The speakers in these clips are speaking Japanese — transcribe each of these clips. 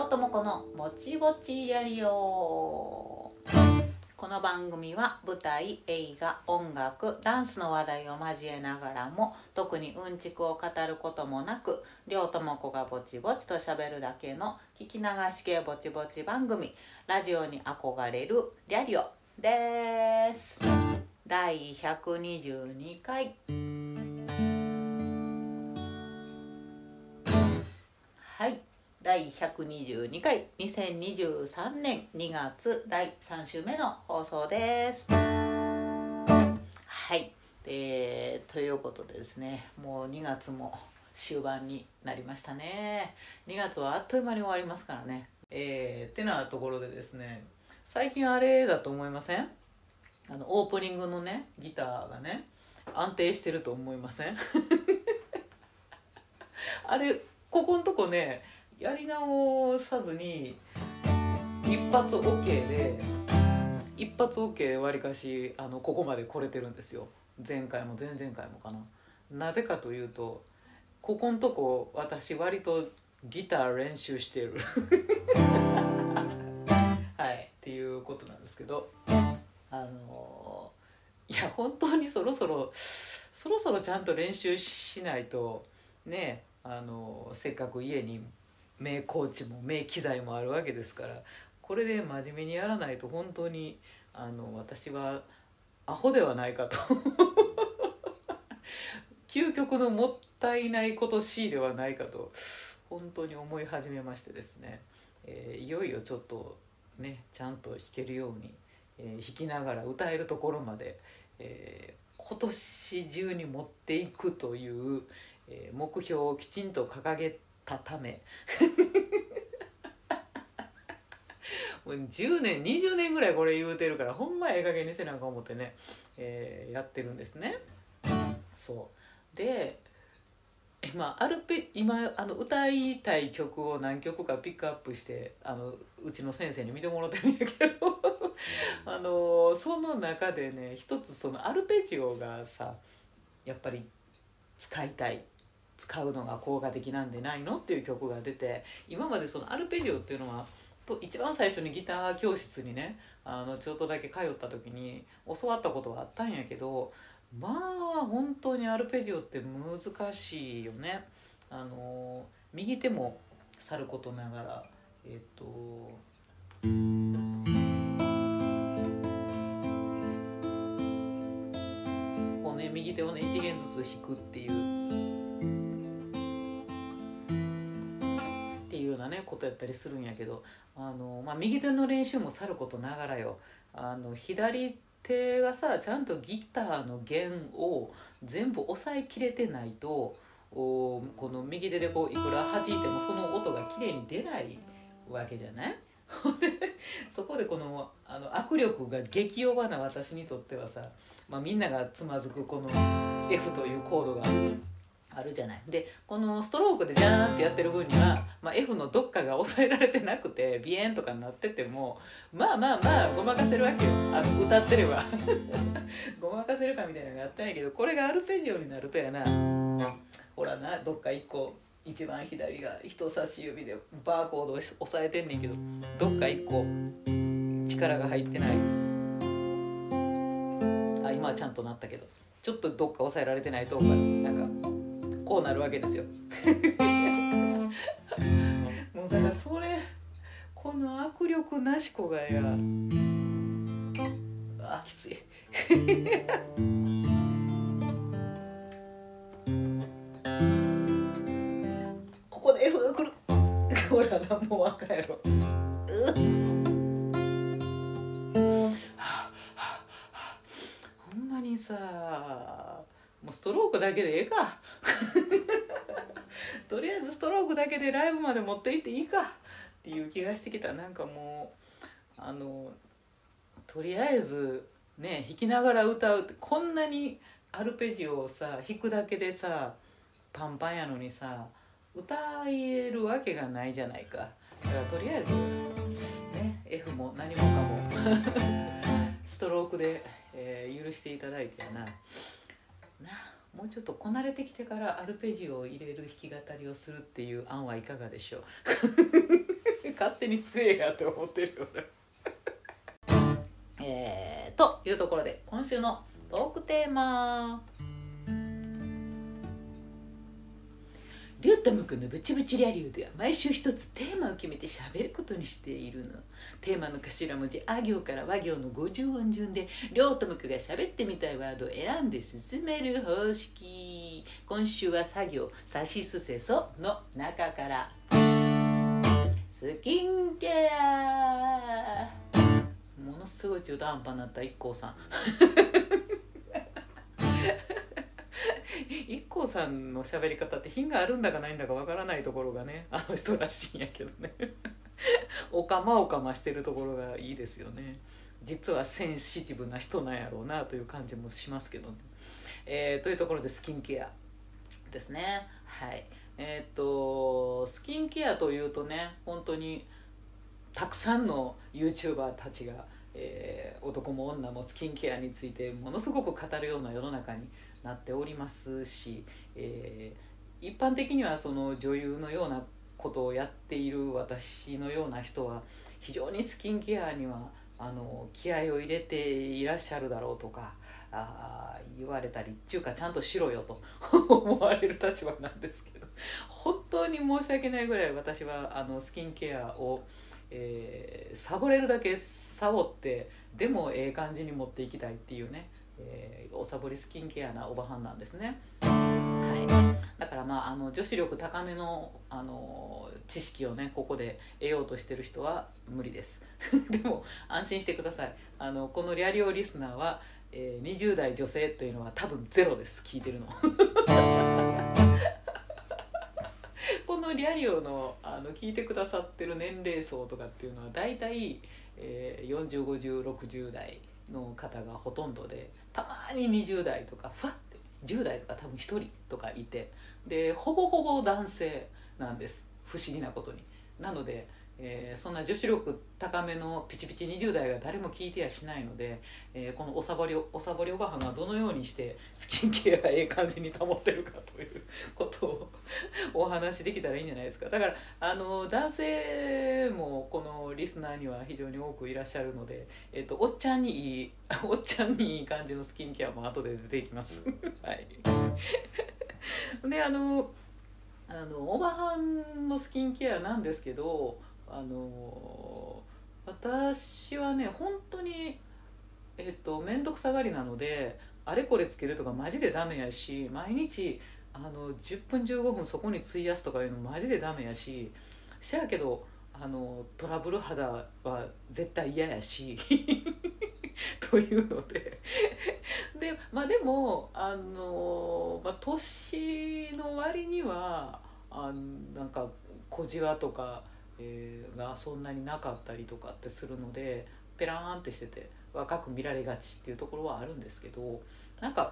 両友子のぼちぼちやりよ。この番組は舞台、映画、音楽、ダンスの話題を交えながらも特にうんちくを語ることもなく両友子がぼちぼちと喋るだけの聞き流し系ぼちぼち番組、ラジオに憧れるリャリオです。第122回。はい、第122回2023年2月第3週目の放送です。はい、ということでですね、もう2月も終盤になりましたね。2月はあっという間に終わりますからね。ってなところでですね、最近あれだと思いません？オープニングのねギターがね安定してると思いません？あれここのとこねやり直さずに一発 OK で一発 OK でわりかしここまで来れてるんですよ。前回も前々回もかな。なぜかというとここのとこ私割とギター練習してるはいっていうことなんですけど、いや本当にそろそろちゃんと練習しないとね、せっかく家に名コーチも名機材もあるわけですから、これで真面目にやらないと本当に私はアホではないかと究極のもったいないこと C ではないかと本当に思い始めましてですね、いよいよちょっとねちゃんと弾けるように、弾きながら歌えるところまで、今年中に持っていくという、目標をきちんと掲げたためもう10年20年ぐらいこれ言うてるからほんまええ加減にせなあかん思ってね、やってるんですね。そうで今歌いたい曲を何曲かピックアップしてうちの先生に見てもらってるんやけどその中でね一つそのアルペジオがさやっぱり使うのが効果的なんでないのっていう曲が出て、今までそのアルペジオっていうのは一番最初にギター教室にねちょっとだけ通った時に教わったことはあったんやけど、まあ本当にアルペジオって難しいよね。右手もさることながらこうね右手をね1弦ずつ弾くっていうようなねことやったりするんやけど、右手の練習もさることながらよ、左手がさちゃんとギターの弦を全部押さえきれてないとこの右手でこういくら弾いてもその音がきれいに出ないわけじゃないそこでこの握力が激弱な私にとってはさ、みんながつまずくこの F というコードがあるじゃない。でこのストロークでジャーンってやってる分には、F のどっかが抑えられてなくてビエンとかになっててもまあごまかせるわけよ、歌ってればごまかせるかみたいなのがあったんやけど、これがアルペジオになるとやな、ほらなどっか一個一番左が人差し指でバーコードを押さえてんねんけど、どっか一個力が入ってない。今はちゃんとなったけどちょっとどっか抑えられてないとなんかこうなるわけですよもうだからこの握力なし子がやきついここで F が来るほらな、もうあかんやろほんまにさもうストロークだけでええかとりあえずストロークだけでライブまで持っていっていいかっていう気がしてきた。なんかもうとりあえずね弾きながら歌うってこんなにアルペジオをさ弾くだけでさパンパンやのにさ歌えるわけがないじゃないか。だからとりあえずね F も何もかもストロークで、許していただいてやなもうちょっとこなれてきてからアルペジオを入れる弾き語りをするっていう案はいかがでしょう勝手にせえやって思ってるよねというところで今週のトークテーマ、りゅうとむくんのブチブチリアリュウでは毎週一つテーマを決めて喋ることにしているの。テーマの頭文字あ行から和行の50音順でりょうとむくが喋ってみたいワードを選んで進める方式。今週は作業さしすせその中からスキンケア。ものすごい中途半端になった IKKO さんIKKO さんの喋り方って品があるんだかないんだかわからないところがね、あの人らしいんやけどねおかましてるところがいいですよね。実はセンシティブな人なんやろうなという感じもしますけどね。というところでスキンケアですね。はい。スキンケアというとね、本当にたくさんの YouTuber たちが、男も女もスキンケアについてものすごく語るような世の中になっておりますし、一般的にはその女優のようなことをやっている私のような人は非常にスキンケアには気合を入れていらっしゃるだろうとか言われたりっていうか、ちゃんとしろよと思われる立場なんですけど、本当に申し訳ないぐらい私はスキンケアをサボれるだけサボってでも感じに持っていきたいっていうね、おサボりスキンケアなおばはんなんですね。はい、だから女子力高めの、知識をねここで得ようとしてる人は無理ですでも安心してください。このリャリオリスナーは、20代女性というのは多分ゼロです。聞いてるのこのリャリオの、聞いてくださってる年齢層とかっていうのはだいたい405060代の方がほとんどで、たまに20代とかふわって10代とか多分1人とかいて、でほぼほぼ男性なんです、不思議なことに。なので、そんな女子力高めのピチピチ20代が誰も聞いてやしないので、このおさぼりおばはんがどのようにしてスキンケアが感じに保ってるかということをお話できたらいいんじゃないですか。だから男性もこのリスナーには非常に多くいらっしゃるので、おっちゃんにいい感じのスキンケアも後で出てきますはいでおばはんのスキンケアなんですけど、私はね本当に面倒くさがりなので、あれこれつけるとかマジでダメやし、毎日10分15分そこに費やすとかいうのマジでダメやし、しやけどトラブル肌は絶対嫌やしというのででも年の割にはなんか小じわとか、がそんなになかったりとかってするので、ペラーンってしてて若く見られがちっていうところはあるんですけど、なんか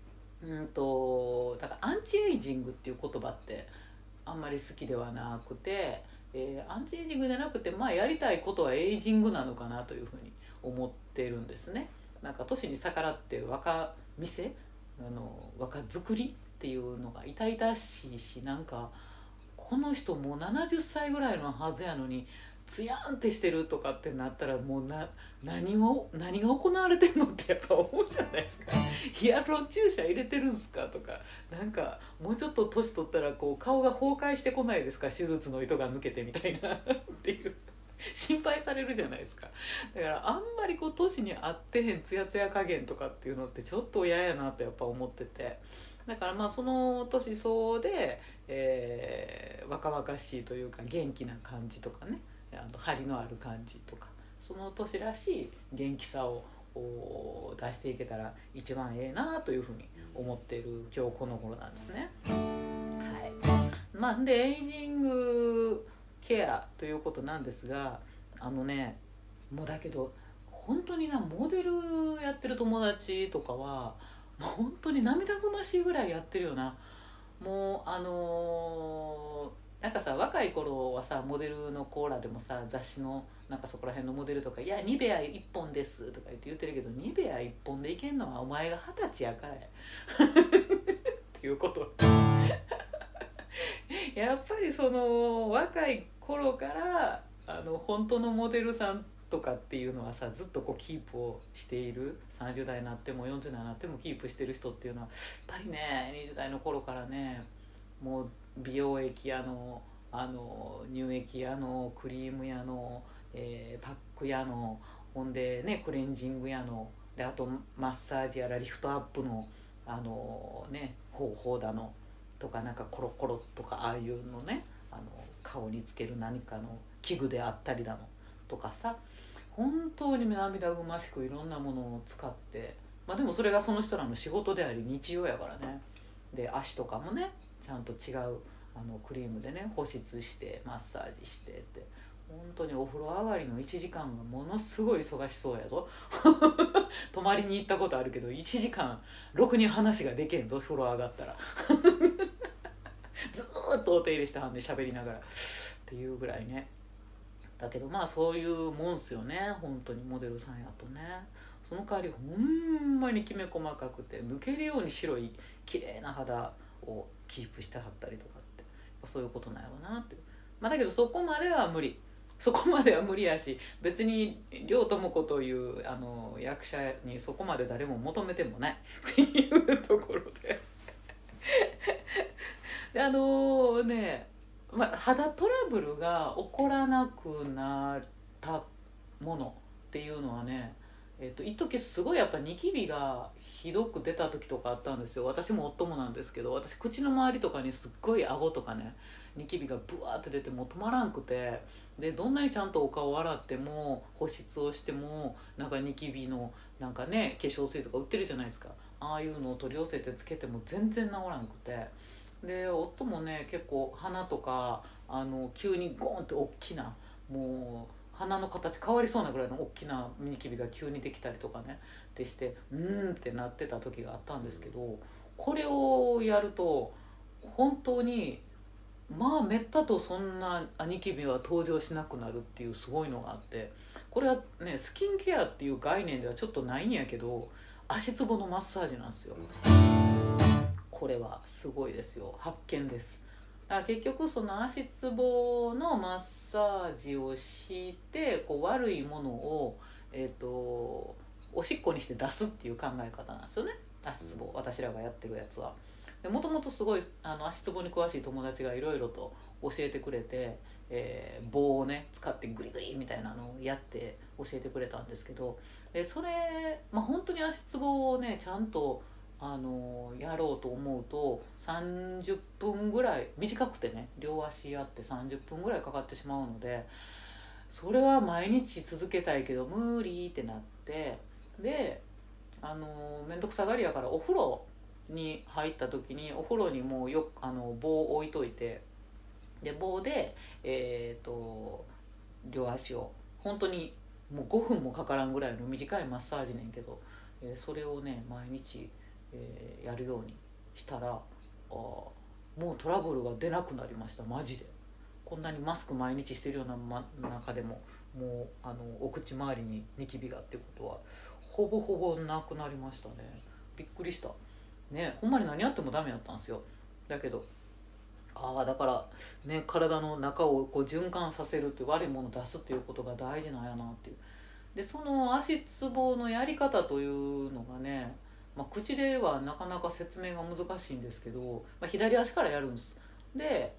だからアンチエイジングっていう言葉ってあんまり好きではなくて、アンチエイジングじゃなくて、やりたいことはエイジングなのかなというふうに思ってるんですね。なんか年に逆らって若見せ若作りっていうのが痛々しいし、なんかこの人もう70歳ぐらいのはずやのにツヤンってしてるとかってなったら、もう何が行われてんのってやっぱ思うじゃないですかヒアルロン注射入れてるんすかとか、なんかもうちょっと年取ったらこう顔が崩壊してこないですか、手術の糸が抜けてみたいなっていう心配されるじゃないですか。だからあんまりこう年に合ってへんツヤツヤ加減とかっていうのってちょっと嫌やなとやっぱ思ってて、だからその年相応で、若々しいというか元気な感じとかね、張りのある感じとか、その年らしい元気さを出していけたら一番ええなというふうに思っている今日この頃なんですね。はい。でエイジングケアということなんですが、もうだけど本当にモデルやってる友達とかはもう本当に涙ぐましいぐらいやってるよな。もうなんかさ、若い頃はさモデルのコーラでもさ、雑誌のなんかそこら辺のモデルとか「いやニベア1本です」とか言ってるけど、ニベア1本でいけんのはお前が20歳やからやっていうことやっぱりその若い頃から本当のモデルさんとかっていうのはさ、ずっとこうキープをしている、30代になっても40代になってもキープしてる人っていうのはやっぱりね、20代の頃からね、もう美容液屋の乳液屋のクリーム屋の、パック屋の、ほんでねクレンジング屋ので、あとマッサージやらリフトアップの方法だのとか、なんかコロコロとかああいうのね、顔につける何かの器具であったりだのとかさ、本当に涙ぐましくいろんなものを使って、まあでもそれがその人らの仕事であり日常やからね。で足とかもねちゃんと違うクリームでね保湿してマッサージしてって、本当にお風呂上がりの1時間がものすごい忙しそうやぞ泊まりに行ったことあるけど1時間ろくに話ができへんぞ、風呂上がったらずーっとお手入れしたはんで喋りながらっていうぐらいね。だけどまあそういうもんすよね、本当にモデルさんやとね。その代わりほんまにきめ細かくて抜けるように白い綺麗な肌をキープしてはったりとかって、そういうことなんやろうなっていう。まあだけどそこまでは無理、そこまでは無理やし、別に両友子という役者にそこまで誰も求めてもないっていうところでで肌トラブルが起こらなくなったものっていうのはね、一時すごいやっぱニキビがひどく出た時とかあったんですよ。私も夫もなんですけど、私口の周りとかにすっごい顎とかねニキビがブワーって出てもう止まらんくて、でどんなにちゃんとお顔を洗っても保湿をしてもなんかニキビのなんかね化粧水とか売ってるじゃないですか、ああいうのを取り寄せてつけても全然治らんくて、で夫もね結構鼻とか急にゴーンって大きな、もう鼻の形変わりそうなぐらいの大きなニキビが急にできたりとかねってして、ってなってた時があったんですけど、これをやると本当にまあめったとそんなニキビは登場しなくなるっていうすごいのがあって、これはねスキンケアっていう概念ではちょっとないんやけど、足つぼのマッサージなんですよ。これはすごいですよ、発見です。だから結局その足つぼのマッサージをしてこう悪いものを、おしっこにして出すっていう考え方なんですよね、足つぼ、私らがやってるやつは。もともとすごい足つぼに詳しい友達がいろいろと教えてくれて、棒をね使ってグリグリみたいなのをやって教えてくれたんですけど、でそれ、本当に足つぼをねちゃんとやろうと思うと30分ぐらい、短くてね両足やって30分ぐらいかかってしまうので、それは毎日続けたいけど無理ってなって、で面倒くさがりやからお風呂に入った時にお風呂にもう棒を置いといて、で棒で両足を本当にもう5分もかからんぐらいの短いマッサージねんけど、それをね毎日やるようにしたら、もうトラブルが出なくなりました、マジで。こんなにマスク毎日してるような、中でももうお口周りにニキビがってことはほぼほぼなくなりましたね。びっくりしたね。ほんまに何やってもダメだったんですよ。だけどだからね、体の中をこう循環させるっていう、悪いものを出すっていうことが大事なんやなっていう。でその足つぼのやり方というのがね、口ではなかなか説明が難しいんですけど、左足からやるんです。で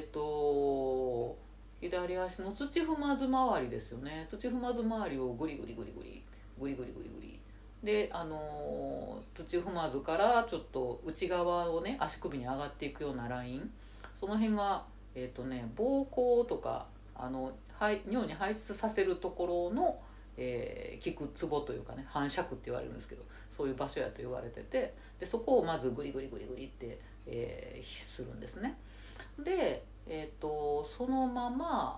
左足の土踏まず周りですよね、土踏まず周りをグリグリグリグリグリグリグリグリで、土踏まずからちょっと内側をね足首に上がっていくようなライン、その辺が膀胱とか尿に排出させるところの、効くツボというかね、反射区って言われるんですけど、そういう場所やと言われてて、でそこをまずグリグリグリグリって、するんですね。で、そのまま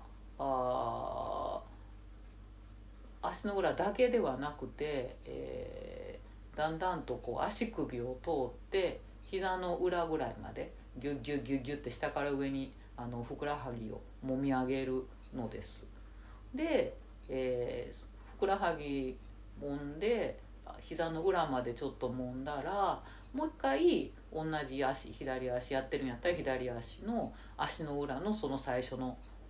足の裏だけではなくて、だんだんとこう足首を通って膝の裏ぐらいまでギュッギュッギュッギュッって下から上にふくらはぎをもみ上げるのです。で、ふくらはぎ揉んで膝の裏までちょっと揉んだら、もう一回同じ足、左足やってるんやったら左足の足の裏のその最初の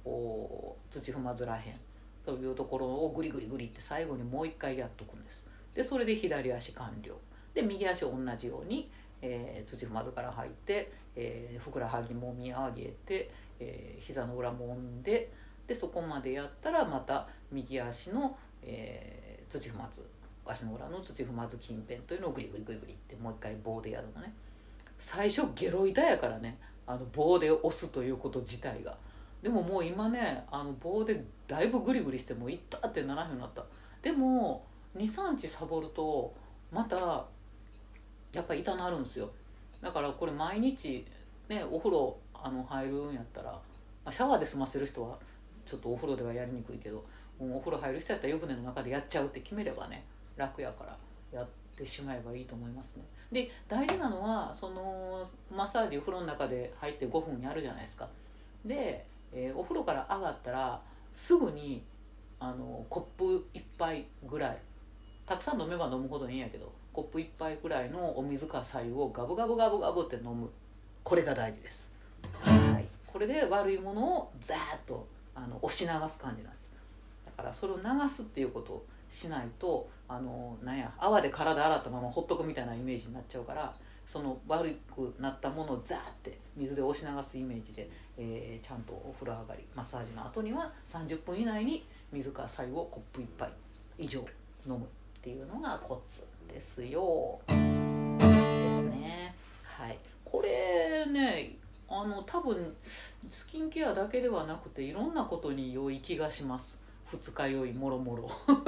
土踏まずらへんというところをグリグリグリって最後にもう一回やっとくんです。でそれで左足完了で右足同じように、土踏まずから入って、ふくらはぎもみ上げて、膝の裏もんでそこまでやったらまた右足の、土踏まず足の裏の土踏まず近辺というのをグリグリグリグリってもう一回棒でやるのね。最初ゲロ痛やからね、棒で押すということ自体が。でももう今ね棒でだいぶグリグリしてもいったってならへんようになった。でも23日サボるとまたやっぱり痛なるんですよ。だからこれ毎日ねお風呂入るんやったら、シャワーで済ませる人はちょっとお風呂ではやりにくいけど、お風呂入る人やったら湯船の中でやっちゃうって決めればね楽やからやってしまえばいいと思いますね。で大事なのはそのマッサージお風呂の中で入って5分やるじゃないですか。で、お風呂から上がったらすぐにコップ1杯ぐらい、たくさん飲めば飲むほどいいんやけどコップ1杯ぐらいのお水か白湯をガブガブガブガブって飲む。これが大事です、はい、これで悪いものをザーッと押し流す感じなんです。だからそれを流すっていうことをしないとなんや泡で体洗ったままほっとくみたいなイメージになっちゃうから、その悪くなったものをザーって水で押し流すイメージで、ちゃんとお風呂上がりマッサージの後には30分以内に水か白湯をコップ1杯以上飲むっていうのがコツですよ。ですね。はい。これね多分スキンケアだけではなくていろんなことに良い気がします。二日酔いもろもろ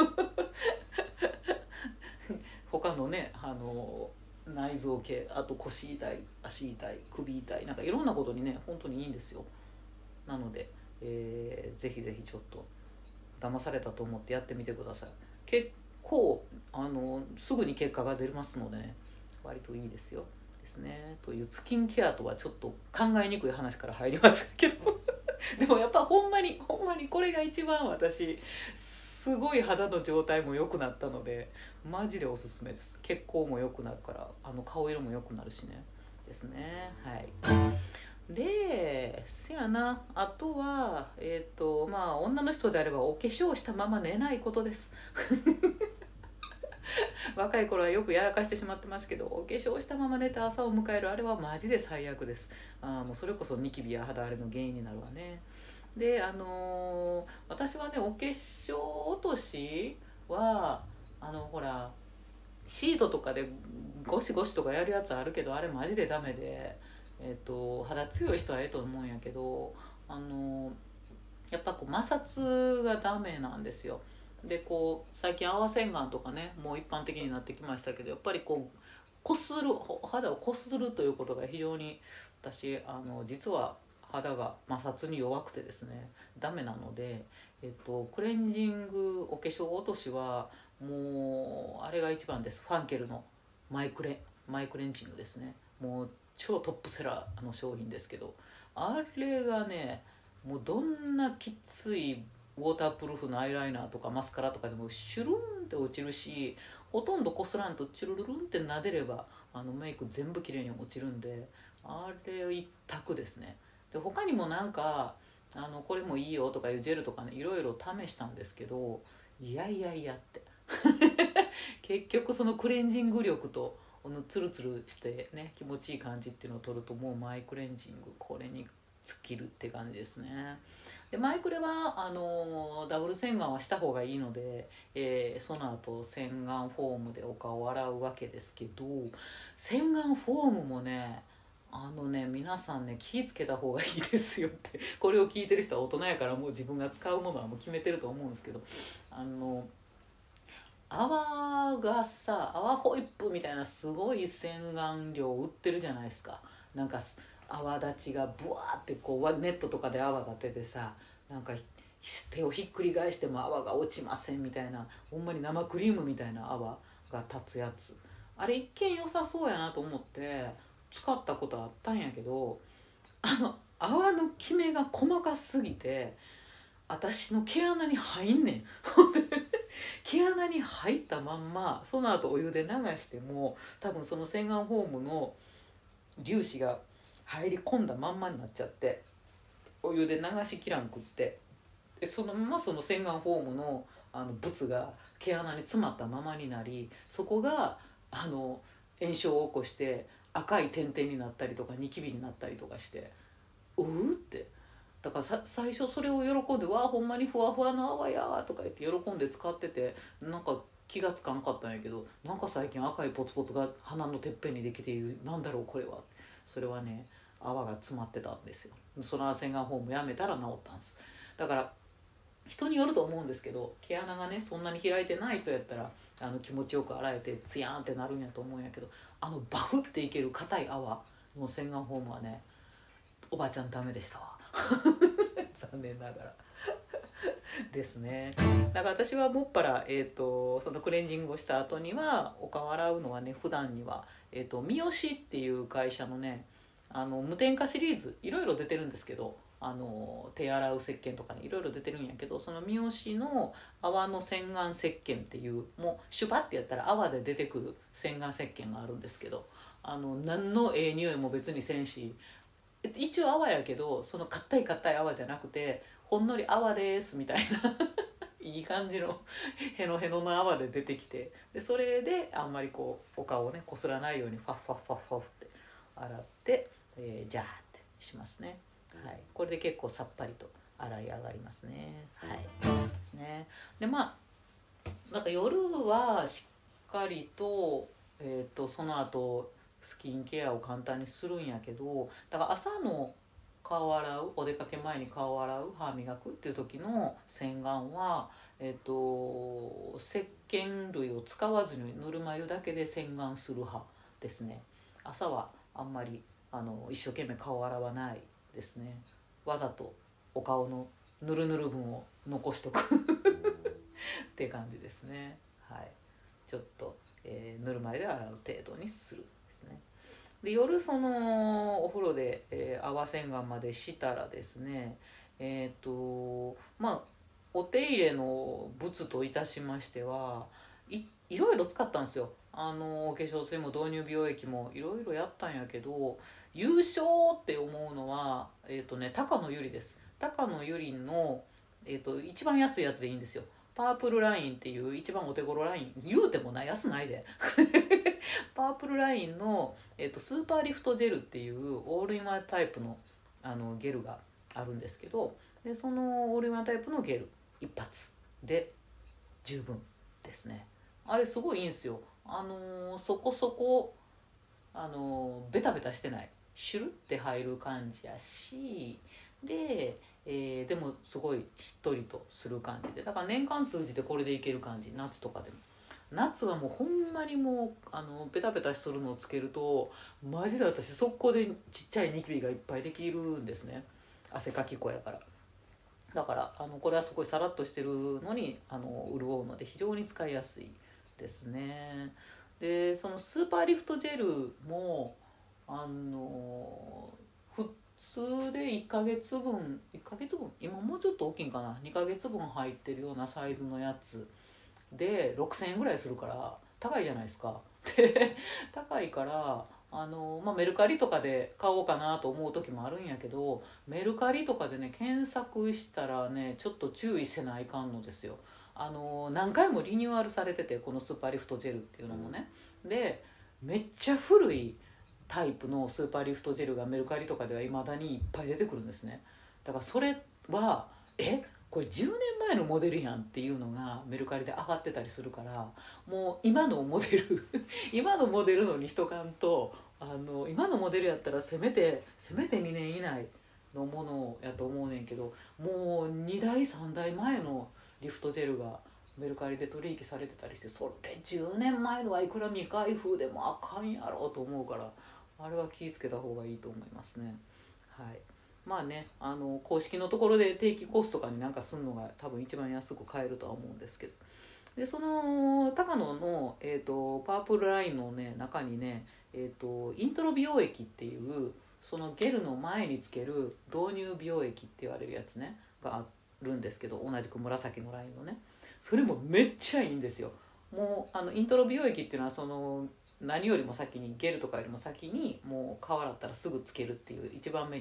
他のね内臓系、あと腰痛い足痛い首痛いなんかいろんなことにね本当にいいんですよ。なので、ぜひぜひちょっと騙されたと思ってやってみてください。結構すぐに結果が出ますのでね割といいですよ。ですね。というスキンケアとはちょっと考えにくい話から入りますけどでもやっぱほんまにこれが一番私すごい肌の状態も良くなったのでマジでおすすめです。血行も良くなるから顔色も良くなるしね。ですね。はい。でせやなあとはまあ女の人であればお化粧したまま寝ないことです若い頃はよくやらかしてしまってますけど、お化粧したまま寝て朝を迎えるあれはマジで最悪です。もうそれこそニキビや肌荒れの原因になるわね。で私はねお化粧落としはほらシートとかでゴシゴシとかやるやつあるけどあれマジでダメで、肌強い人はええと思うんやけどやっぱこう摩擦がダメなんですよ。でこう最近泡洗顔とかねもう一般的になってきましたけど、やっぱりこう肌をこするということが非常に私実は肌が摩擦に弱くてですねダメなので、クレンジングお化粧落としはもうあれが一番です。ファンケルのマイクレンジングですね。もう超トップセラーの商品ですけど、あれがねもうどんなきついウォータープルーフのアイライナーとかマスカラとかでもシュルンって落ちるし、ほとんどこすらんとチュルルルンって撫でればメイク全部きれいに落ちるんで、あれ一択ですね。で他にもなんかこれもいいよとかいうジェルとかねいろいろ試したんですけど、いやって結局そのクレンジング力とツルツルしてね気持ちいい感じっていうのを取るともうマイクレンジングこれに尽きるって感じですね。でマイクレはダブル洗顔はした方がいいので、その後洗顔フォームでお顔を洗うわけですけど、洗顔フォームもね皆さんね気ぃつけた方がいいですよってこれを聞いてる人は大人やからもう自分が使うものはもう決めてると思うんですけど、泡ホイップみたいなすごい洗顔料売ってるじゃないですか。なんか泡立ちがブワーってこうネットとかで泡が出てさ、なんか手をひっくり返しても泡が落ちませんみたいな、ほんまに生クリームみたいな泡が立つやつ、あれ一見良さそうやなと思って使ったことあったんやけど、泡のきめが細かすぎて私の毛穴に入んねん毛穴に入ったまんまその後お湯で流しても多分その洗顔フォームの粒子が入り込んだまんまになっちゃって、 お湯で流しきらんくって、でそのままその洗顔フォームのブツが毛穴に詰まったままになり、そこが炎症を起こして赤い点々になったりとかニキビになったりとかして、ううって。だから最初それを喜んで「わあほんまにふわふわの泡や」とか言って喜んで使ってて、なんか気がつかんかったんやけど、なんか最近赤いポツポツが鼻のてっぺんにできている、なんだろうこれは。それはね、泡が詰まってたんですよ。その洗顔フォームやめたら治ったんです。だから人によると思うんですけど、毛穴がねそんなに開いてない人やったら気持ちよく洗えてツヤーンってなるんやと思うんやけど、バフっていける硬い泡の洗顔フォームはね、おばちゃんダメでしたわ残念ながらですね。だから私はもっぱら、そのクレンジングをした後にはお顔洗うのはね、普段には、三好っていう会社のね無添加シリーズいろいろ出てるんですけど、手洗う石鹸とかねいろいろ出てるんやけど、その三好の泡の洗顔石鹸っていう、もうシュパッてやったら泡で出てくる洗顔石鹸があるんですけど、何の匂いも別にせんし、一応泡やけどその硬い泡じゃなくて、ほんのり泡ですみたいないい感じのヘノヘノの泡で出てきて、でそれであんまりこうお顔をねこすらないようにファッファッファッファッって洗って、ジャーってしますね。はい、これで結構さっぱりと洗い上がりますね。はいですね。でなんか夜はしっかりと、その後スキンケアを簡単にするんやけど、だから朝の顔を洗う、お出かけ前に顔を洗う、歯磨くっていう時の洗顔は、石鹸類を使わずにぬるま湯だけで洗顔する派ですね。朝はあんまり一生懸命顔を洗わないですね。わざとお顔のぬるぬる分を残しとくって感じですね。はい、ちょっと、ぬるま湯で洗う程度にするですね。で夜そのお風呂で、泡洗顔までしたらですね、お手入れの物といたしましていろいろ使ったんですよ。お化粧水も導入美容液もいろいろやったんやけど、優勝って思うのは高野由里です。高野由里の、一番安いやつでいいんですよ。パープルラインっていう一番お手頃ライン、言うてもな安ないでパープルラインの、スーパーリフトジェルっていうオールインワンタイプの、ゲルがあるんですけど、でそのオールインワンタイプのゲル一発で十分ですね。あれすごいいいんですよ。そこそこベタベタしてない、シュルって入る感じやし、で、でもすごいしっとりとする感じで、だから年間通じてこれでいける感じ。夏とかでも、夏はもうほんまにもうベタベタするのをつけるとマジで私速攻でちっちゃいニキビがいっぱいできるんですね。汗かき粉やから。だからこれはすごいサラッとしてるのに潤うので非常に使いやすいですね。でそのスーパーリフトジェルも普通で1ヶ月分今もうちょっと大きいんかな、2ヶ月分入ってるようなサイズのやつで6000円ぐらいするから高いじゃないですか。で高いからメルカリとかで買おうかなと思う時もあるんやけど、メルカリとかでね検索したらねちょっと注意せないかんのですよ。何回もリニューアルされてて、このスーパーリフトジェルっていうのもね。でめっちゃ古いタイプのスーパーリフトジェルがメルカリとかではいまだにいっぱい出てくるんですね。だからそれはこれ10年前のモデルやんっていうのがメルカリで上がってたりするから、もう今のモデル今のモデルのにしとかんと、今のモデルやったらせめて2年以内のものやと思うねんけど、もう2台3台前のリフトジェルがメルカリで取引されてたりして、それ10年前のはいくら未開封でもあかんやろうと思うから、あれは気をつけた方がいいと思いますね。はい、まあね公式のところで定期コストとかになんかすんのが多分一番安く買えるとは思うんですけど、でその高野の、パープルラインの、ね、中にね、イントロ美容液っていうそのゲルの前につける導入美容液って言われるやつねがあるんですけど、同じく紫のラインのね、それもめっちゃいいんですよ。もうイントロ美容液っていうのはその何よりも先にゲルとかよりも先にもう顔洗ったらすぐつけるっていう一番目に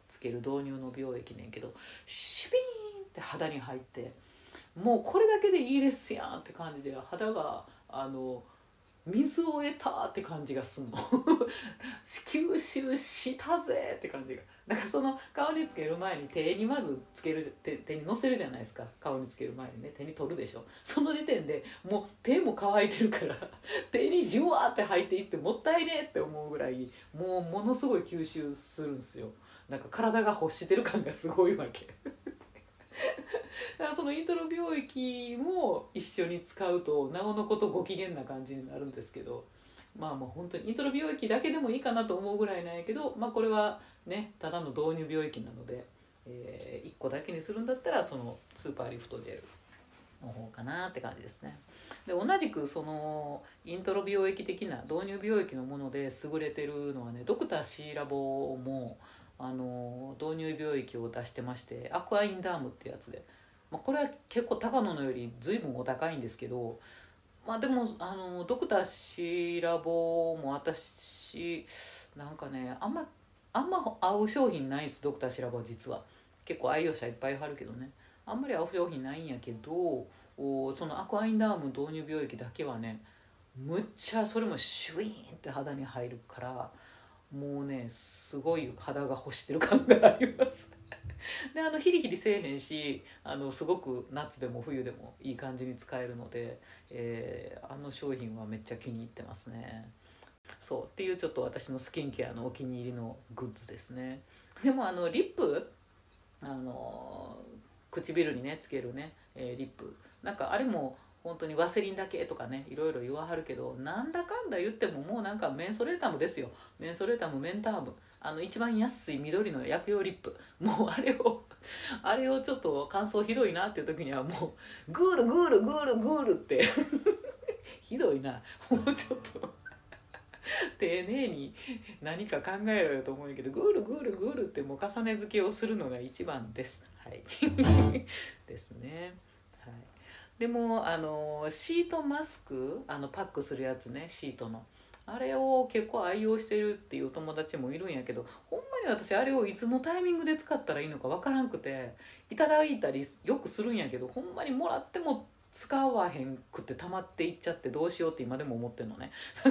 つける導入の美容液ねんけど、シュピーンって肌に入って、もうこれだけでいいですやんって感じで、肌が水を得たって感じがすんの吸収したぜって感じが。だからその顔につける前に手にまずつける、手にのせるじゃないですか。顔につける前にね、手に取るでしょ。その時点でもう手も乾いてるから手にジュワーって入っていって、もったいねって思うぐらい、もうものすごい吸収するんですよ。なんか体が欲してる感がすごいわけだからそのイントロ美容液も一緒に使うとなおのことご機嫌な感じになるんですけど、まあもう本当にイントロ美容液だけでもいいかなと思うぐらいなんやけど、まあこれはねただの導入美容液なので、1個だけにするんだったらそのスーパーリフトジェルの方かなって感じですね。で同じくそのイントロ美容液的な導入美容液のもので優れてるのはね、ドクターシーラボも導入美容液を出してまして、アクアインダームってやつで、まあ、これは結構高野のより随分お高いんですけど、まあでもドクターシーラボも私なんかね、あんま合う商品ないです。ドクターシーラボは実は結構愛用者いっぱいあるけどね、あんまり合う商品ないんやけど、そのアクアインダーム導入美容液だけはね、むっちゃそれもシュイーンって肌に入るから、もうねすごい肌が欲してる感がありますでヒリヒリせえへんし、すごく夏でも冬でもいい感じに使えるので、あの商品はめっちゃ気に入ってますね。そうっていうちょっと私のスキンケアのお気に入りのグッズですね。でもリップ、あの唇にねつけるね、リップなんかあれも本当にワセリンだけとかねいろいろ言わはるけど、なんだかんだ言ってももうなんかメンソレータムですよ。メンソレータム、メンターム、一番安い緑の薬用リップ、もうあれをちょっと乾燥ひどいなっていう時にはもうグールグールグールグールってひどいな、もうちょっと丁寧に何か考えろよと思うけど、グールグールグールってもう重ね付けをするのが一番です。はいですね。はい。でもシートマスク、パックするやつね、シートのあれを結構愛用してるっていう友達もいるんやけど、ほんまに私あれをいつのタイミングで使ったらいいのかわからんくて、いただいたりよくするんやけど、ほんまにもらっても使わへんくて溜まっていっちゃってどうしようって今でも思ってるのね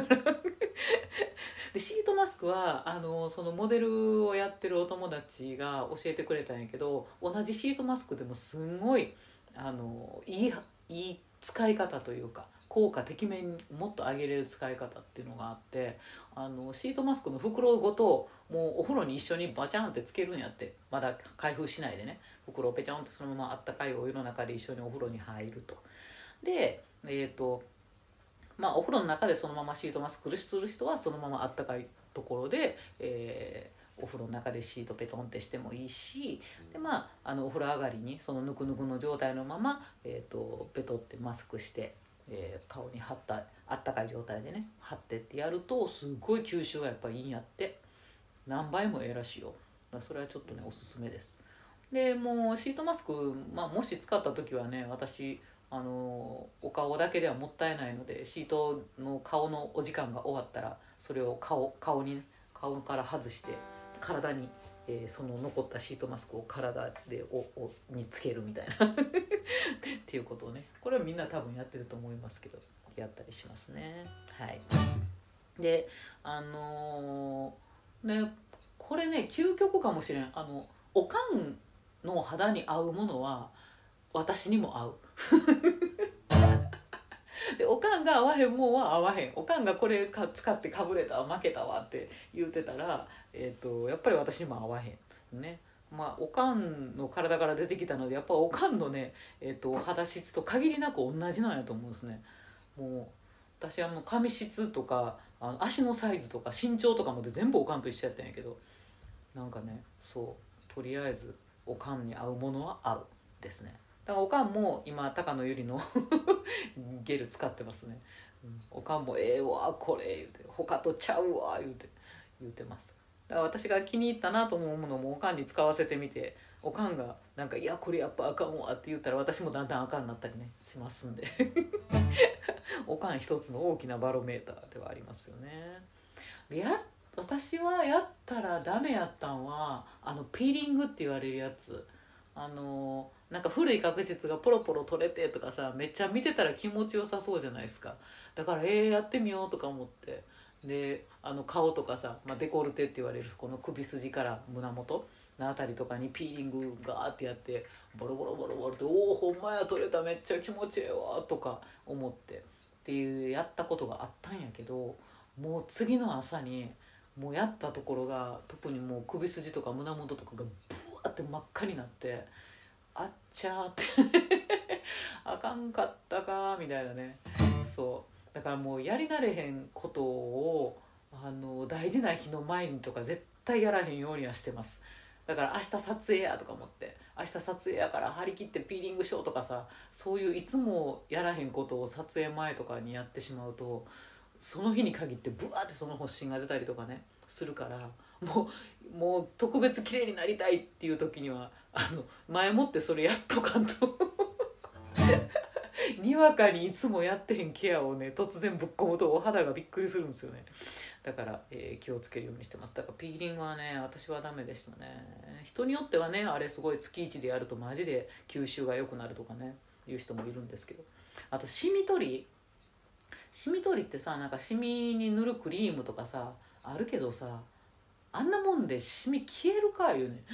でシートマスクはそのモデルをやってるお友達が教えてくれたんやけど、同じシートマスクでもすんごいいい使い方というか、効果てきめんにもっと上げれる使い方っていうのがあって、シートマスクの袋ごともうお風呂に一緒にバチャンってつけるんやって。まだ開封しないでね、袋をペチャンってそのままあったかいお湯の中で一緒にお風呂に入ると。でまあお風呂の中でそのままシートマスクする人はそのままあったかいところで、お風呂の中でシートペトンってしてもいいし、でまあお風呂上がりにそのぬくぬくの状態のまま、ペトってマスクして、顔に貼ったあったかい状態でね貼ってってやるとすごい吸収がやっぱりいいんやって。何倍もええらしいよ。だからそれはちょっとねおすすめです。でもうシートマスク、まあ、もし使った時はね、私お顔だけではもったいないので、シートの顔のお時間が終わったらそれを顔にね、顔から外して体に、その残ったシートマスクを体でにつけるみたいなっていうことをね、これはみんな多分やってると思いますけど、やったりしますね。はい。でね、これね究極かもしれん。おかんの肌に合うものは私にも合うでおかんが合わへんもんは合わへん。おかんがこれ使ってかぶれた負けたわって言うてたら、やっぱり私にも合わへんね。まあおかんの体から出てきたので、やっぱおかんのね、肌質と限りなく同じなんやと思うんですね。もう私はもう髪質とか足のサイズとか身長とかまで全部おかんと一緒やったんやけど、なんかね、そうとりあえずおかんに合うものは合うですね。だからおかんも今高野由里のゲル使ってますね、おかんも「ええわこれ」言うて「他とちゃうわ」言うてます。だから私が気に入ったなと思うものもおかんに使わせてみて、おかんがなんか「いやこれやっぱあかんわ」って言ったら、私もだんだんあかんなったりねしますんでおかん一つの大きなバロメーターではありますよね。でやっ私はやったらダメやったんはピーリングって言われるやつ、なんか古い角質がポロポロ取れてとかさ、めっちゃ見てたら気持ちよさそうじゃないですか。だからやってみようとか思って、で顔とかさ、デコルテって言われるこの首筋から胸元のあたりとかにピーリングガーってやって、ボロボロボロボロって、おおほんまや取れた、めっちゃ気持ちええわとか思ってっていうやったことがあったんやけど、もう次の朝にもうやったところが、特にもう首筋とか胸元とかがブワーって真っ赤になって、あっちゃーってあかんかったかみたいなね。そうだからもうやり慣れへんことを大事な日の前にとか絶対やらへんようにはしてます。だから明日撮影やとか思って、明日撮影やから張り切ってピーリングしようとかさ、そういういつもやらへんことを撮影前とかにやってしまうと、その日に限ってブワーってその発疹が出たりとかねするから、もう特別綺麗になりたいっていう時には前もってそれやっとかんとにわかにいつもやってへんケアをね突然ぶっ込むとお肌がびっくりするんですよね。だから、気をつけるようにしてます。だからピーリングはね私はダメでしたね。人によってはねあれすごい月1でやるとマジで吸収が良くなるとかねいう人もいるんですけど、あとシミ取りってさ、なんかシミに塗るクリームとかさあるけどさ、あんなもんでシミ消えるかいうね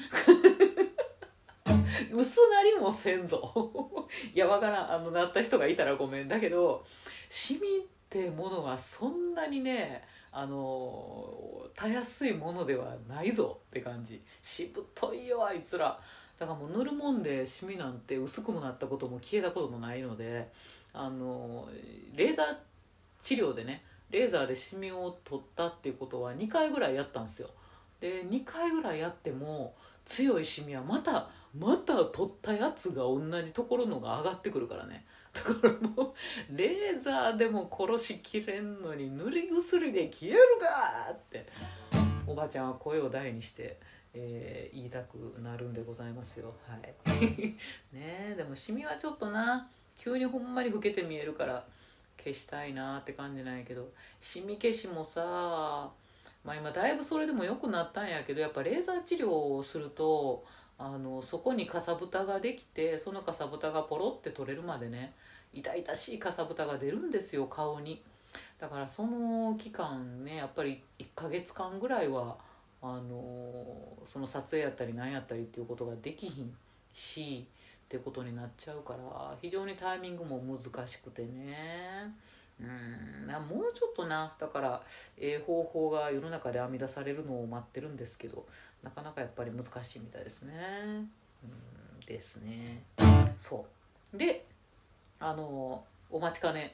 薄なりもせんぞいやわからん、なった人がいたらごめんだけど、シミってものはそんなにねたやすいものではないぞって感じ。しぶといよあいつら。だからもう塗るもんでシミなんて薄くもなったことも消えたこともないので、レーザー治療でね、レーザーでシミを取ったっていうことは2回ぐらいやったんですよ。で2回ぐらいやっても強いシミはまた取ったやつが同じところのが上がってくるからね。だからもうレーザーでも殺しきれんのに塗り薬で消えるかっておばちゃんは声を大にして、言いたくなるんでございますよ。はいね。でもシミはちょっとな、急にほんまに老けて見えるから消したいなって感じなんやけど、シミ消しもさ、今だいぶそれでも良くなったんやけど、やっぱレーザー治療をするとそこにかさぶたができて、そのかさぶたがポロって取れるまでね、痛々しいかさぶたが出るんですよ顔に。だからその期間ねやっぱり1ヶ月間ぐらいはその撮影やったり何やったりっていうことができひんしってことになっちゃうから、非常にタイミングも難しくてね。もうちょっとな、だから方法が世の中で編み出されるのを待ってるんですけど、なかなかやっぱり難しいみたいですね。ですね。そうでお待ちかね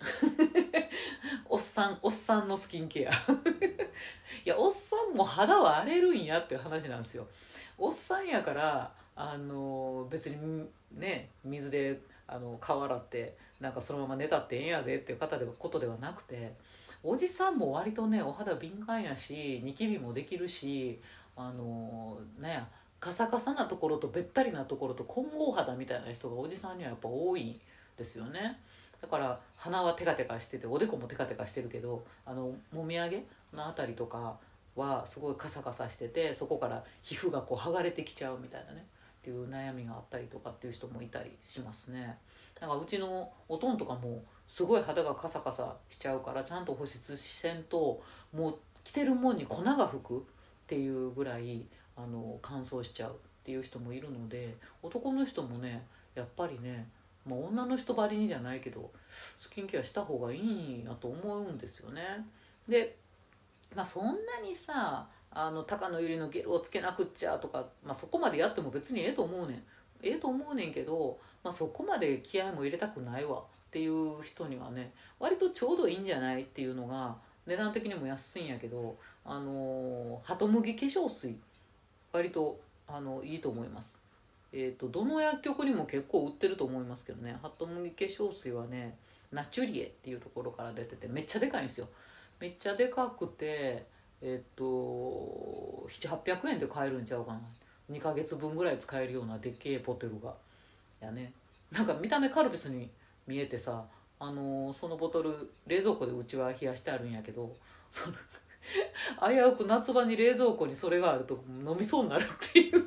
おっさんのスキンケアいやおっさんも肌は荒れるんやっていう話なんですよ。おっさんやから別にね水で顔洗ってなんかそのまま寝たってええんやでっていうことではなくて、おじさんも割とねお肌敏感やしニキビもできるし、ねカサカサなところとべったりなところと混合肌みたいな人がおじさんにはやっぱ多いんですよね。だから鼻はテカテカしてておでこもテカテカしてるけどもみあげのあたりとかはすごいカサカサしてて、そこから皮膚がこう剥がれてきちゃうみたいなねっていう悩みがあったりとかっていう人もいたりしますね。なんかうちのおとんとかもすごい肌がカサカサしちゃうから、ちゃんと保湿せんともう着てるもんに粉が吹くっていうぐらい乾燥しちゃうっていう人もいるので、男の人もねやっぱりね、女の人ばりにじゃないけどスキンケアした方がいいんやと思うんですよね。でそんなにさ高野由里のゲルをつけなくっちゃとか、そこまでやっても別にええと思うねんけど、そこまで気合も入れたくないわっていう人にはね割とちょうどいいんじゃないっていうのが、値段的にも安いんやけどハトムギ化粧水割といいと思います。どの薬局にも結構売ってると思いますけどね。ハトムギ化粧水はねナチュリエっていうところから出ててめっちゃでかいんですよ。めっちゃでかくて700800円で買えるんちゃうかな。2ヶ月分ぐらい使えるようなでっけえボトルがやね。なんか見た目カルピスに見えてさ、そのボトル冷蔵庫でうちは冷やしてあるんやけど、その危うく夏場に冷蔵庫にそれがあると飲みそうになるっていう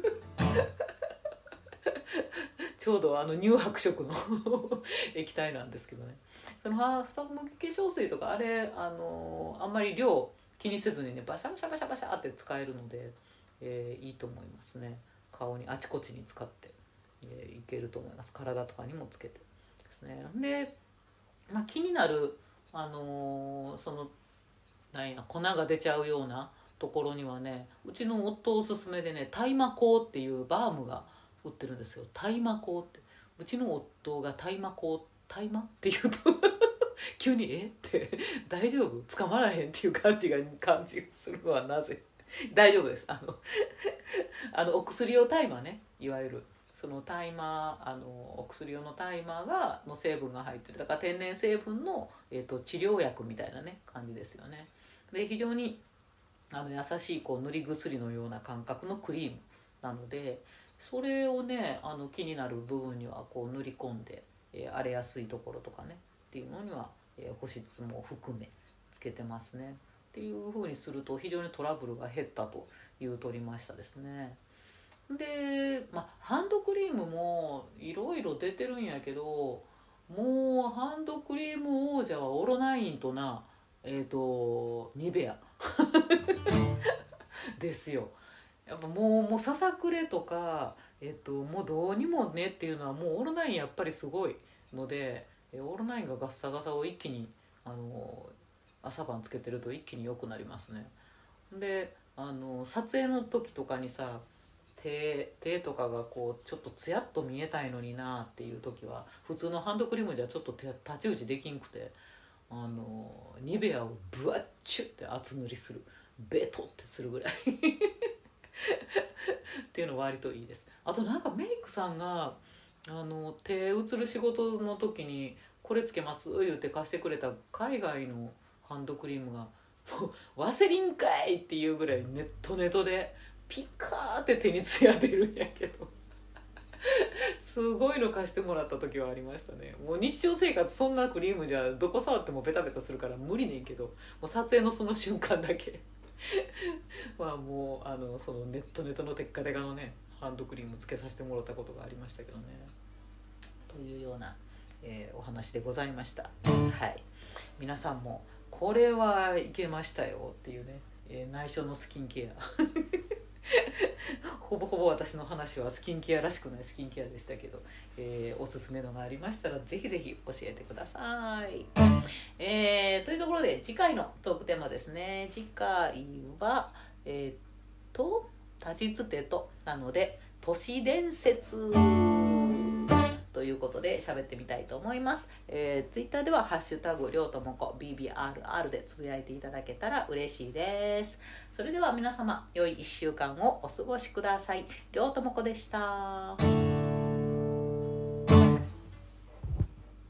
ちょうど乳白色の液体なんですけどね。そのハーフ向き化粧水とかあれあんまり量気にせずにねバシャバシャバシャバシャって使えるので、いいと思いますね。顔にあちこちに使って、いけると思います。体とかにもつけてですね。で、気になるそのなんや粉が出ちゃうようなところにはね、うちの夫おすすめでね大麻香っていうバームが売ってるんですよ。大麻香って、うちの夫が大麻香大麻って言うと急にって大丈夫捕まらへんっていう感じがするのはなぜ大丈夫です。お薬用大麻ね、いわゆるその大麻お薬用の大麻の成分が入ってる、だから天然成分の、治療薬みたいなね感じですよね。で非常に優しい塗り薬のような感覚のクリームなので、それをね気になる部分には塗り込んで、荒れやすいところとかねっていうのには、保湿も含めつけてますね。っていう風にすると非常にトラブルが減ったというとりましたですね。で、ハンドクリームもいろいろ出てるんやけど、もうハンドクリーム王者はオロナインとニベアですよ。やっぱもうささくれとか、もうどうにもねっていうのはもうオールナインやっぱりすごいので、オールナインがガッサガサを一気に朝晩つけてると一気に良くなりますね。で撮影の時とかにさ、手とかがちょっとツヤっと見えたいのになっていう時は普通のハンドクリームじゃちょっと太刀打ちできんくて、ニベアをブワッチュって厚塗りする、ベトってするぐらいっていうのは割といいです。あとなんかメイクさんが手映る仕事の時にこれつけます言って貸してくれた海外のハンドクリームがもうワセリンかいっていうぐらいネットでピカーって手にツヤ出るんやけどすごいの貸してもらった時はありましたね。もう日常生活そんなクリームじゃどこ触ってもベタベタするから無理ねんけど、もう撮影のその瞬間だけもうそのネットのテッカテカのねハンドクリームつけさせてもらったことがありましたけどね。というような、お話でございました。はい、皆さんもこれはいけましたよっていうね、内緒のスキンケアほぼほぼ私の話はスキンケアらしくないスキンケアでしたけど、おすすめのがありましたらぜひぜひ教えてください。というところで次回のトークテーマですね。次回は立ちつてとなので都市伝説ということで喋ってみたいと思います。ツイッターではハッシュタグりょうともこ BBRR でつぶやいていただけたら嬉しいです。それでは皆様良い1週間をお過ごしください。りょうともこでした。